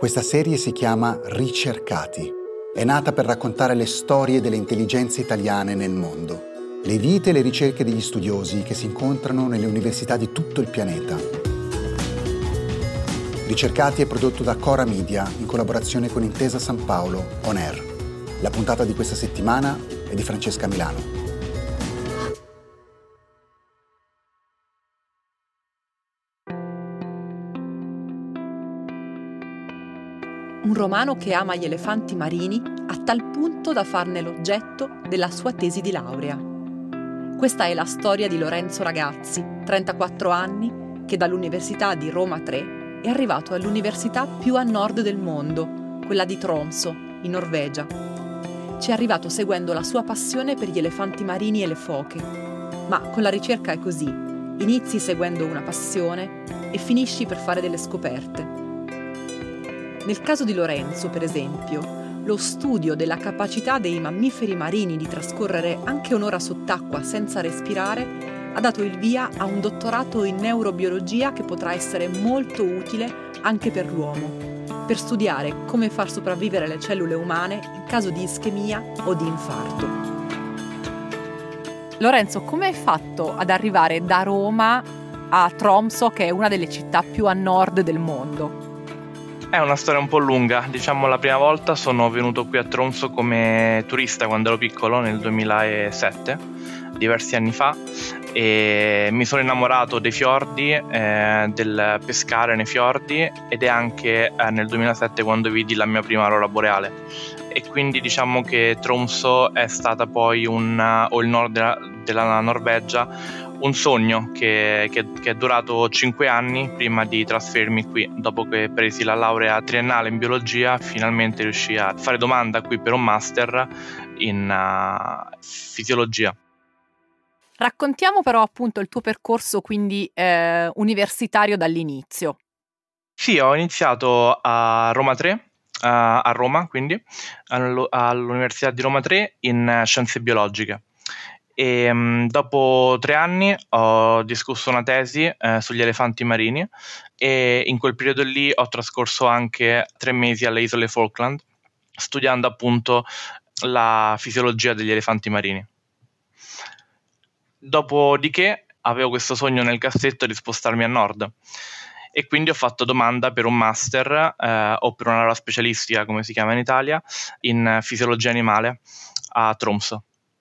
Questa serie si chiama Ricercati. È nata per raccontare le storie delle intelligenze italiane nel mondo, le vite e le ricerche degli studiosi che si incontrano nelle università di tutto il pianeta. Ricercati è prodotto da Cora Media in collaborazione con Intesa San Paolo On Air. La puntata di questa settimana è di Francesca Milano. Un romano che ama gli elefanti marini a tal punto da farne l'oggetto della sua tesi di laurea. Questa è la storia di Lorenzo Ragazzi, 34 anni, che dall'Università di Roma 3 è arrivato all'università più a nord del mondo, quella di Tromsø, in Norvegia. Ci è arrivato seguendo la sua passione per gli elefanti marini e le foche. Ma con la ricerca è così: inizi seguendo una passione e finisci per fare delle scoperte. Nel caso di Lorenzo, per esempio, lo studio della capacità dei mammiferi marini di trascorrere anche un'ora sott'acqua senza respirare ha dato il via a un dottorato in neurobiologia che potrà essere molto utile anche per l'uomo, per studiare come far sopravvivere le cellule umane in caso di ischemia o di infarto. Lorenzo, come hai fatto ad arrivare da Roma a Tromsø, che è una delle città più a nord del mondo? È una storia un po' lunga. Diciamo, la prima volta sono venuto qui a Tromsø come turista quando ero piccolo, nel 2007, diversi anni fa, e mi sono innamorato dei fiordi, del pescare nei fiordi, ed è anche nel 2007 quando vidi la mia prima aurora boreale. E quindi diciamo che Tromsø è stata poi o il nord della Norvegia, un sogno che è durato 5 anni prima di trasferirmi qui. Dopo che presi la laurea triennale in biologia, finalmente riuscii a fare domanda qui per un master in fisiologia. Raccontiamo però appunto il tuo percorso quindi universitario dall'inizio. Sì, ho iniziato a Roma 3, a Roma, quindi all'Università di Roma 3 in scienze biologiche. E dopo 3 anni ho discusso una tesi sugli elefanti marini, e in quel periodo lì ho trascorso anche 3 mesi alle isole Falkland studiando appunto la fisiologia degli elefanti marini. Dopodiché avevo questo sogno nel cassetto di spostarmi a nord, e quindi ho fatto domanda per un master o per una laurea specialistica, come si chiama in Italia, in fisiologia animale a Tromsø.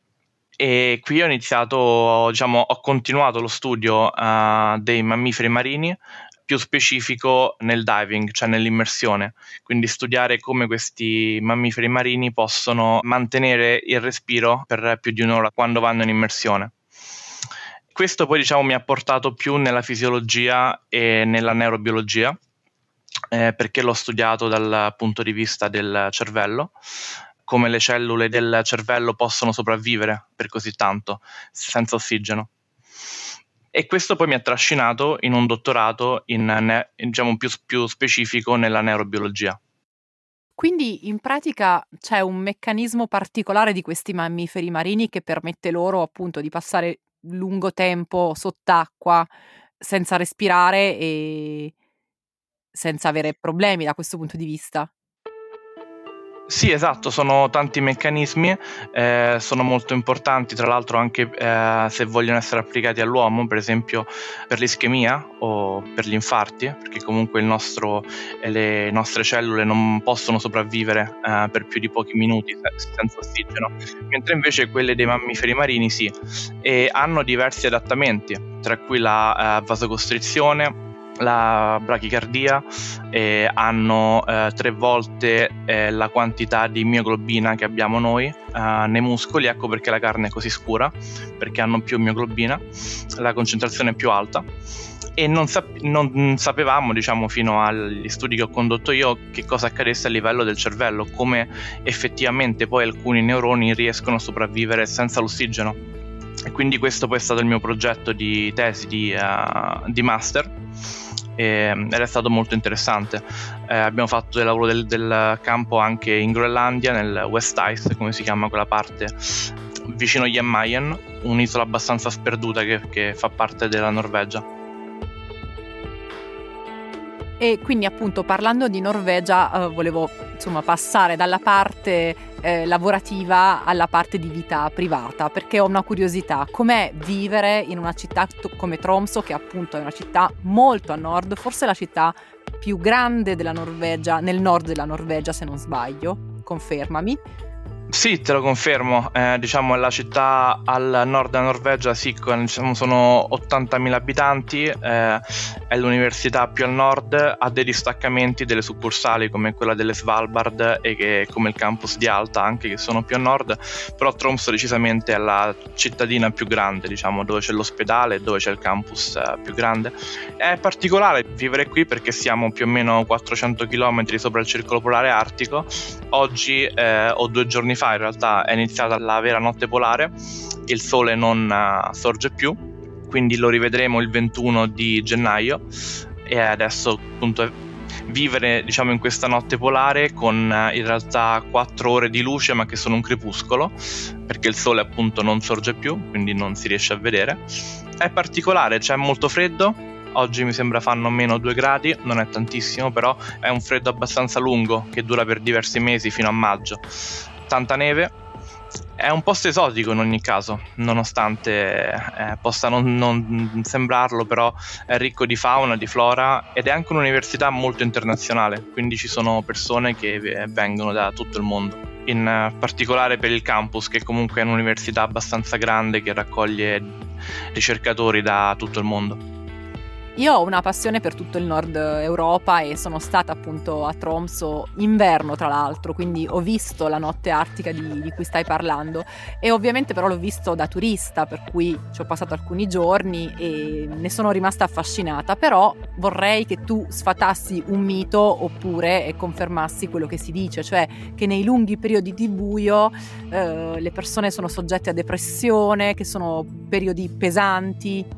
E qui ho iniziato, ho continuato lo studio dei mammiferi marini, più specifico nel diving, cioè nell'immersione, quindi studiare come questi mammiferi marini possono mantenere il respiro per più di un'ora quando vanno in immersione. Questo poi mi ha portato più nella fisiologia e nella neurobiologia, perché l'ho studiato dal punto di vista del cervello, come le cellule del cervello possono sopravvivere per così tanto senza ossigeno. E questo poi mi ha trascinato in un dottorato più specifico nella neurobiologia. Quindi in pratica c'è un meccanismo particolare di questi mammiferi marini che permette loro appunto di passare lungo tempo sott'acqua senza respirare e senza avere problemi da questo punto di vista. Sì, esatto, sono tanti meccanismi, sono molto importanti, tra l'altro anche se vogliono essere applicati all'uomo, per esempio per l'ischemia o per gli infarti, perché comunque le nostre cellule non possono sopravvivere per più di pochi minuti senza ossigeno, mentre invece quelle dei mammiferi marini sì, e hanno diversi adattamenti, tra cui la vasocostrizione, la brachicardia, hanno 3 volte la quantità di mioglobina che abbiamo noi nei muscoli. Ecco perché la carne è così scura, perché hanno più mioglobina, la concentrazione è più alta. E non sapevamo, fino agli studi che ho condotto io, che cosa accadesse a livello del cervello, come effettivamente poi alcuni neuroni riescono a sopravvivere senza l'ossigeno. E quindi questo poi è stato il mio progetto di tesi di master, ed è stato molto interessante. Abbiamo fatto del lavoro del campo anche in Groenlandia, nel West Ice, come si chiama quella parte, vicino a Jan Mayen, un'isola abbastanza sperduta che fa parte della Norvegia. E quindi appunto parlando di Norvegia volevo insomma passare dalla parte lavorativa alla parte di vita privata, perché ho una curiosità: com'è vivere in una città come Tromsø, che appunto è una città molto a nord, forse la città più grande della Norvegia, nel nord della Norvegia se non sbaglio, confermami. Sì, te lo confermo, diciamo è la città al nord della Norvegia, sì, sono 80.000 abitanti, è l'università più al nord, ha dei distaccamenti, delle succursali come quella delle Svalbard e come il campus di Alta anche, che sono più a nord, però Tromsø decisamente è la cittadina più grande, diciamo, dove c'è l'ospedale e dove c'è il campus più grande. È particolare vivere qui perché siamo più o meno 400 km sopra il circolo polare artico. Oggi o 2 giorni fa in realtà è iniziata la vera notte polare, il sole non sorge più, quindi lo rivedremo il 21 di gennaio e adesso appunto vivere diciamo in questa notte polare con in realtà 4 ore di luce ma che sono un crepuscolo, perché il sole appunto non sorge più, quindi non si riesce a vedere. È particolare, c'è molto freddo. Oggi mi sembra fanno meno 2 gradi, non è tantissimo, però è un freddo abbastanza lungo che dura per diversi mesi fino a maggio. Tanta neve, è un posto esotico in ogni caso, nonostante possa non sembrarlo, però è ricco di fauna, di flora ed è anche un'università molto internazionale, quindi ci sono persone che vengono da tutto il mondo. In particolare per il campus, che comunque è un'università abbastanza grande che raccoglie ricercatori da tutto il mondo. Io ho una passione per tutto il nord Europa e sono stata appunto a Tromsø inverno tra l'altro, quindi ho visto la notte artica di cui stai parlando e ovviamente però l'ho visto da turista, per cui ci ho passato alcuni giorni e ne sono rimasta affascinata, però vorrei che tu sfatassi un mito oppure confermassi quello che si dice, cioè che nei lunghi periodi di buio le persone sono soggette a depressione, che sono periodi pesanti.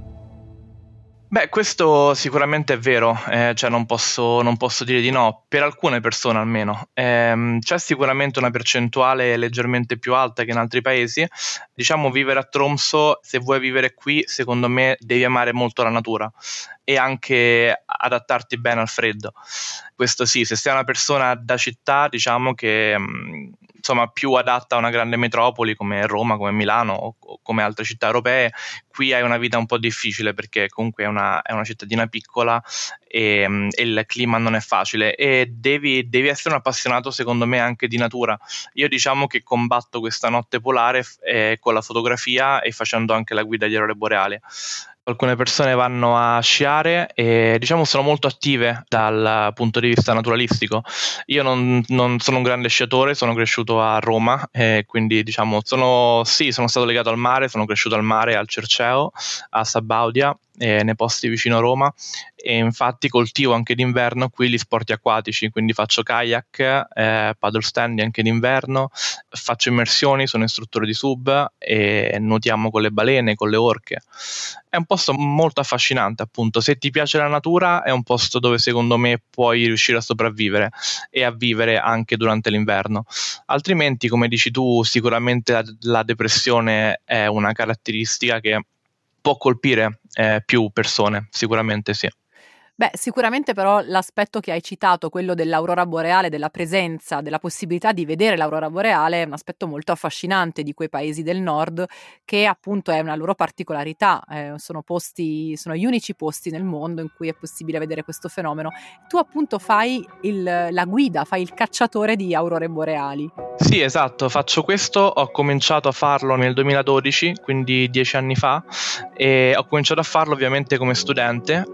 Beh, questo sicuramente è vero, cioè non posso dire di no, per alcune persone almeno. C'è sicuramente una percentuale leggermente più alta che in altri paesi. Diciamo, vivere a Tromsø, se vuoi vivere qui, secondo me devi amare molto la natura e anche adattarti bene al freddo. Questo sì, se sei una persona da città, diciamo che insomma più adatta a una grande metropoli come Roma, come Milano o come altre città europee, qui hai una vita un po' difficile perché comunque è una cittadina piccola e il clima non è facile e devi essere un appassionato secondo me anche di natura. Io diciamo che combatto questa notte polare con la fotografia e facendo anche la guida di aurore boreali. Alcune persone vanno a sciare e diciamo sono molto attive dal punto di vista naturalistico. Io non sono un grande sciatore, sono cresciuto a Roma e quindi diciamo sono stato legato al mare, sono cresciuto al mare, al Cerceo, a Sabaudia nei posti vicino a Roma e infatti coltivo anche d'inverno qui gli sport acquatici, quindi faccio kayak, paddle standing anche d'inverno, faccio immersioni, sono istruttore di sub e nuotiamo con le balene, con le orche. È un posto molto affascinante, appunto. Se ti piace la natura è un posto dove secondo me puoi riuscire a sopravvivere e a vivere anche durante l'inverno. Altrimenti, come dici tu, sicuramente la depressione è una caratteristica che può colpire più persone, sicuramente sì. Beh, sicuramente però l'aspetto che hai citato, quello dell'aurora boreale, della presenza, della possibilità di vedere l'aurora boreale, è un aspetto molto affascinante di quei paesi del nord, che appunto è una loro particolarità, sono gli unici posti nel mondo in cui è possibile vedere questo fenomeno. Tu appunto fai la guida, fai il cacciatore di aurore boreali. Sì, esatto, faccio questo, ho cominciato a farlo nel 2012, quindi 10 anni fa, e ho cominciato a farlo ovviamente come studente,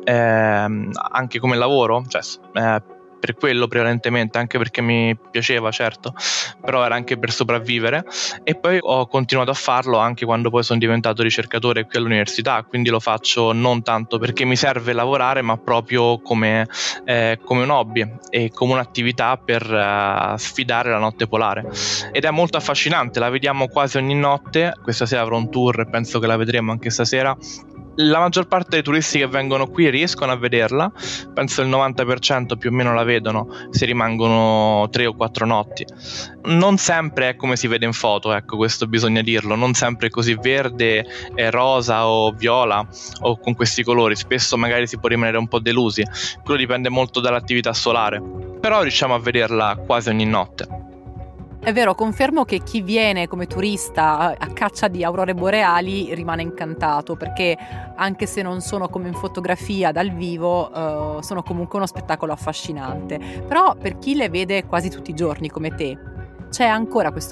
anche come lavoro, cioè per quello prevalentemente, anche perché mi piaceva, certo, però era anche per sopravvivere, e poi ho continuato a farlo anche quando poi sono diventato ricercatore qui all'università, quindi lo faccio non tanto perché mi serve lavorare, ma proprio come un hobby e come un'attività per sfidare la notte polare, ed è molto affascinante, la vediamo quasi ogni notte. Questa sera avrò un tour, penso che la vedremo anche stasera. La maggior parte dei turisti che vengono qui riescono a vederla, penso il 90% più o meno la vedono se rimangono 3 o 4 notti. Non sempre è come si vede in foto, ecco, questo bisogna dirlo, non sempre è così verde, rosa o viola o con questi colori, spesso magari si può rimanere un po' delusi, quello dipende molto dall'attività solare, però riusciamo a vederla quasi ogni notte. È vero, confermo che chi viene come turista a caccia di aurore boreali rimane incantato, perché anche se non sono come in fotografia dal vivo, sono comunque uno spettacolo affascinante. Però per chi le vede quasi tutti i giorni come te, c'è ancora questo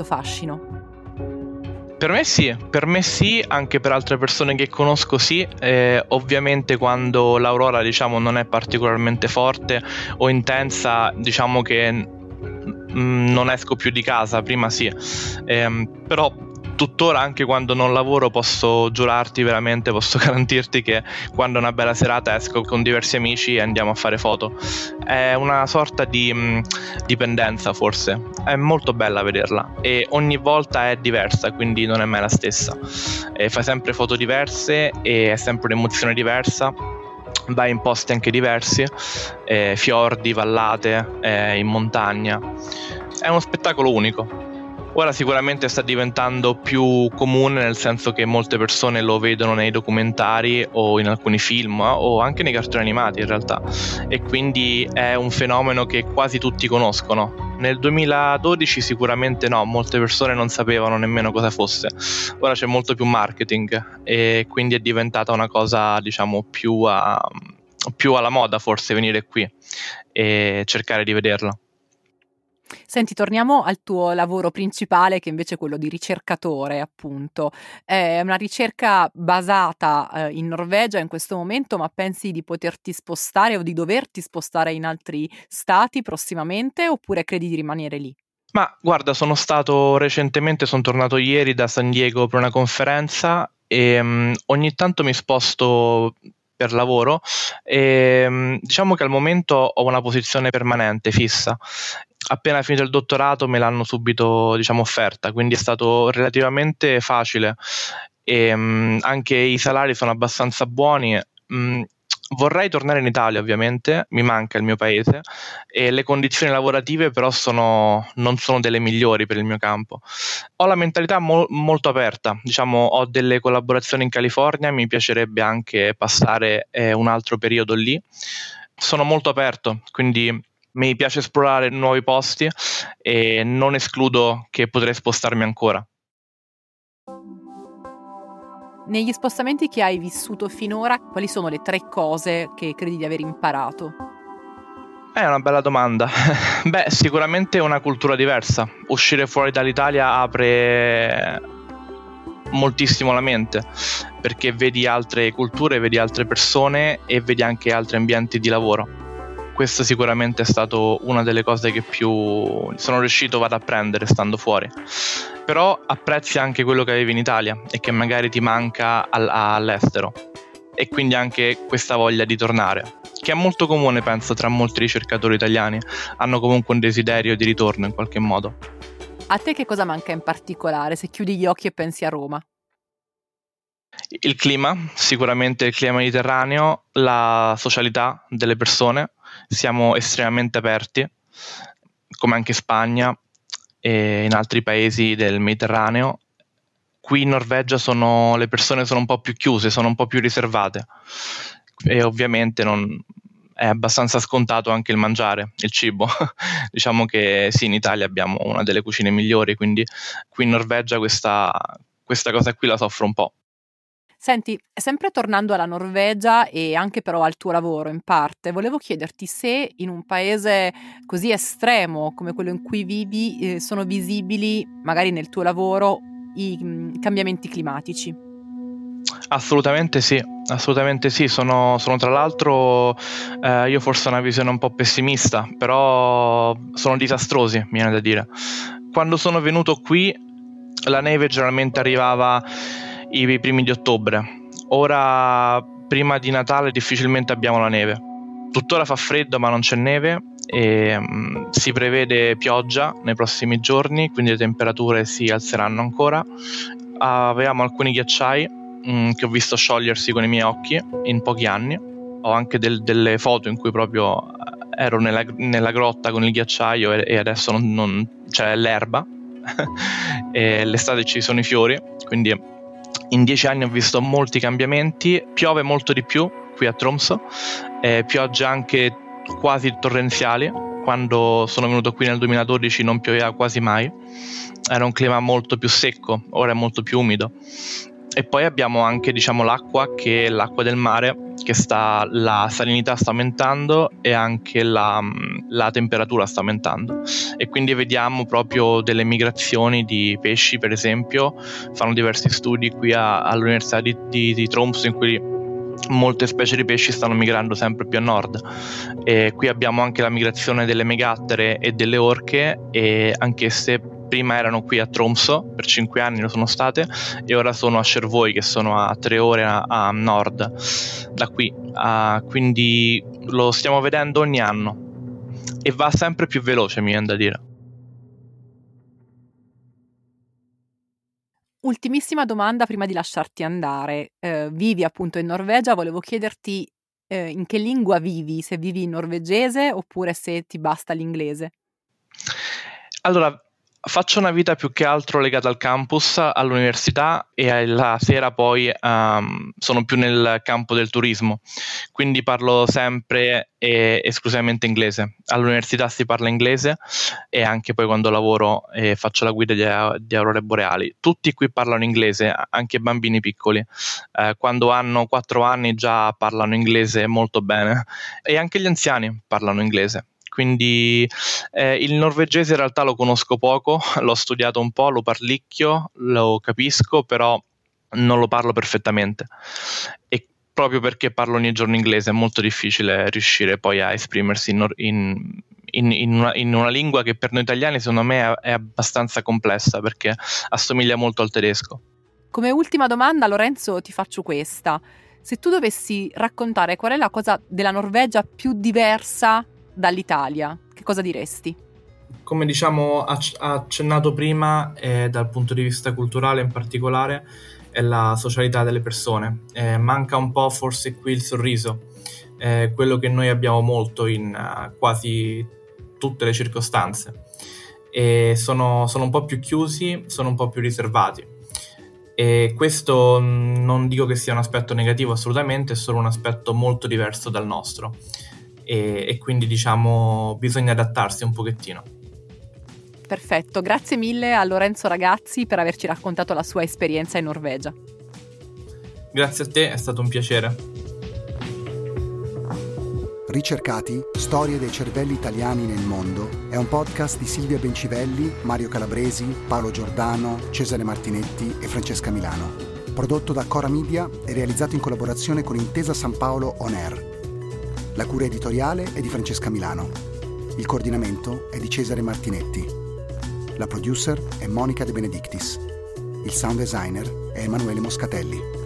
fascino? Per me sì, anche per altre persone che conosco sì. Ovviamente quando l'aurora, diciamo, non è particolarmente forte o intensa, diciamo che non esco più di casa, prima sì, però tuttora, anche quando non lavoro, posso giurarti veramente, posso garantirti che quando è una bella serata esco con diversi amici e andiamo a fare foto. È una sorta di dipendenza, forse. È molto bella vederla e ogni volta è diversa, quindi non è mai la stessa. Fai sempre foto diverse e è sempre un'emozione diversa. Vai in posti anche diversi, fiordi, vallate, in montagna. È uno spettacolo unico. Ora sicuramente sta diventando più comune, nel senso che molte persone lo vedono nei documentari o in alcuni film o anche nei cartoni animati in realtà, e quindi è un fenomeno che quasi tutti conoscono. Nel 2012 sicuramente no, molte persone non sapevano nemmeno cosa fosse. Ora c'è molto più marketing e quindi è diventata una cosa, diciamo, più alla moda forse venire qui e cercare di vederla. Senti, torniamo al tuo lavoro principale, che invece è quello di ricercatore, appunto. È una ricerca basata in Norvegia in questo momento, ma pensi di poterti spostare o di doverti spostare in altri stati prossimamente, oppure credi di rimanere lì? Ma guarda, sono tornato ieri da San Diego per una conferenza e ogni tanto mi sposto per lavoro e diciamo che al momento ho una posizione permanente, fissa. Appena finito il dottorato me l'hanno subito, diciamo, offerta, quindi è stato relativamente facile e anche i salari sono abbastanza buoni. Vorrei tornare in Italia, ovviamente, mi manca il mio paese e le condizioni lavorative però non sono delle migliori per il mio campo. Ho la mentalità molto aperta, diciamo, ho delle collaborazioni in California, mi piacerebbe anche passare un altro periodo lì. Sono molto aperto, quindi mi piace esplorare nuovi posti e non escludo che potrei spostarmi ancora. Negli spostamenti che hai vissuto finora, quali sono le 3 cose che credi di aver imparato? È una bella domanda. Beh, sicuramente una cultura diversa. Uscire fuori dall'Italia apre moltissimo la mente, perché vedi altre culture, vedi altre persone e vedi anche altri ambienti di lavoro. Questo sicuramente è stato una delle cose che più sono riuscito ad apprendere stando fuori. Però apprezzi anche quello che avevi in Italia e che magari ti manca all'estero, e quindi anche questa voglia di tornare, che è molto comune, penso, tra molti ricercatori italiani. Hanno comunque un desiderio di ritorno in qualche modo. A te che cosa manca in particolare, se chiudi gli occhi e pensi a Roma? Il clima, sicuramente il clima mediterraneo, la socialità delle persone. Siamo estremamente aperti, come anche in Spagna e in altri paesi del Mediterraneo. Qui in Norvegia le persone sono un po' più chiuse, sono un po' più riservate e ovviamente è abbastanza scontato anche il mangiare, il cibo. Diciamo che sì, in Italia abbiamo una delle cucine migliori, quindi qui in Norvegia questa cosa qui la soffro un po'. Senti, sempre tornando alla Norvegia e anche però al tuo lavoro in parte, volevo chiederti se in un paese così estremo come quello in cui vivi sono visibili, magari nel tuo lavoro, i cambiamenti climatici. Assolutamente sì, sono tra l'altro io forse ho una visione un po' pessimista, però sono disastrosi, mi viene da dire. Quando sono venuto qui la neve generalmente arrivava i primi di ottobre. Ora, prima di Natale, difficilmente abbiamo la neve. Tuttora fa freddo, ma non c'è neve e si prevede pioggia nei prossimi giorni, quindi le temperature si alzeranno ancora. Avevamo alcuni ghiacciai che ho visto sciogliersi con i miei occhi in pochi anni. Ho anche delle foto in cui proprio ero nella grotta con il ghiacciaio e adesso non c'è l'erba e l'estate ci sono i fiori, quindi in 10 anni ho visto molti cambiamenti. Piove molto di più qui a Tromsø, piogge anche quasi torrenziali. Quando sono venuto qui nel 2012 non pioveva quasi mai, era un clima molto più secco, ora è molto più umido. E poi abbiamo anche, diciamo, l'acqua del mare, che la salinità sta aumentando e anche la temperatura sta aumentando, e quindi vediamo proprio delle migrazioni di pesci, per esempio. Fanno diversi studi qui all'Università di Tromsø in cui molte specie di pesci stanno migrando sempre più a nord, e qui abbiamo anche la migrazione delle megattere e delle orche, e anch'esse prima erano qui a Tromsø, per 5 anni lo sono state, e ora sono a Skjervøy, che sono a 3 ore a nord da qui, quindi lo stiamo vedendo ogni anno e va sempre più veloce, mi viene da dire. Ultimissima domanda prima di lasciarti andare. Vivi appunto in Norvegia, volevo chiederti in che lingua vivi, se vivi in norvegese oppure se ti basta l'inglese. Allora, faccio una vita più che altro legata al campus, all'università, e la sera poi sono più nel campo del turismo, quindi parlo sempre e esclusivamente inglese. All'università si parla inglese e anche poi quando lavoro e faccio la guida di aurore boreali. Tutti qui parlano inglese, anche bambini piccoli. Quando hanno 4 anni già parlano inglese molto bene, e anche gli anziani parlano inglese. Quindi il norvegese in realtà lo conosco poco, l'ho studiato un po', lo parlicchio, lo capisco, però non lo parlo perfettamente. E proprio perché parlo ogni giorno inglese è molto difficile riuscire poi a esprimersi in una lingua che per noi italiani secondo me è abbastanza complessa, perché assomiglia molto al tedesco. Come ultima domanda, Lorenzo, ti faccio questa. Se tu dovessi raccontare qual è la cosa della Norvegia più diversa dall'Italia, che cosa diresti? Come diciamo accennato prima, dal punto di vista culturale in particolare, è la socialità delle persone. Manca un po' forse qui il sorriso, quello che noi abbiamo molto in quasi tutte le circostanze, e sono un po' più chiusi, sono un po' più riservati, e questo non dico che sia un aspetto negativo assolutamente, è solo un aspetto molto diverso dal nostro. E quindi diciamo bisogna adattarsi un pochettino. Perfetto, grazie mille a Lorenzo Ragazzi per averci raccontato la sua esperienza in Norvegia. Grazie a te, è stato un piacere. Ricercati, storie dei cervelli italiani nel mondo è un podcast di Silvia Bencivelli, Mario Calabresi, Paolo Giordano, Cesare Martinetti e Francesca Milano. Prodotto da Cora Media e realizzato in collaborazione con Intesa San Paolo On Air. La cura editoriale è di Francesca Milano. Il coordinamento è di Cesare Martinetti. La producer è Monica De Benedictis. Il sound designer è Emanuele Moscatelli.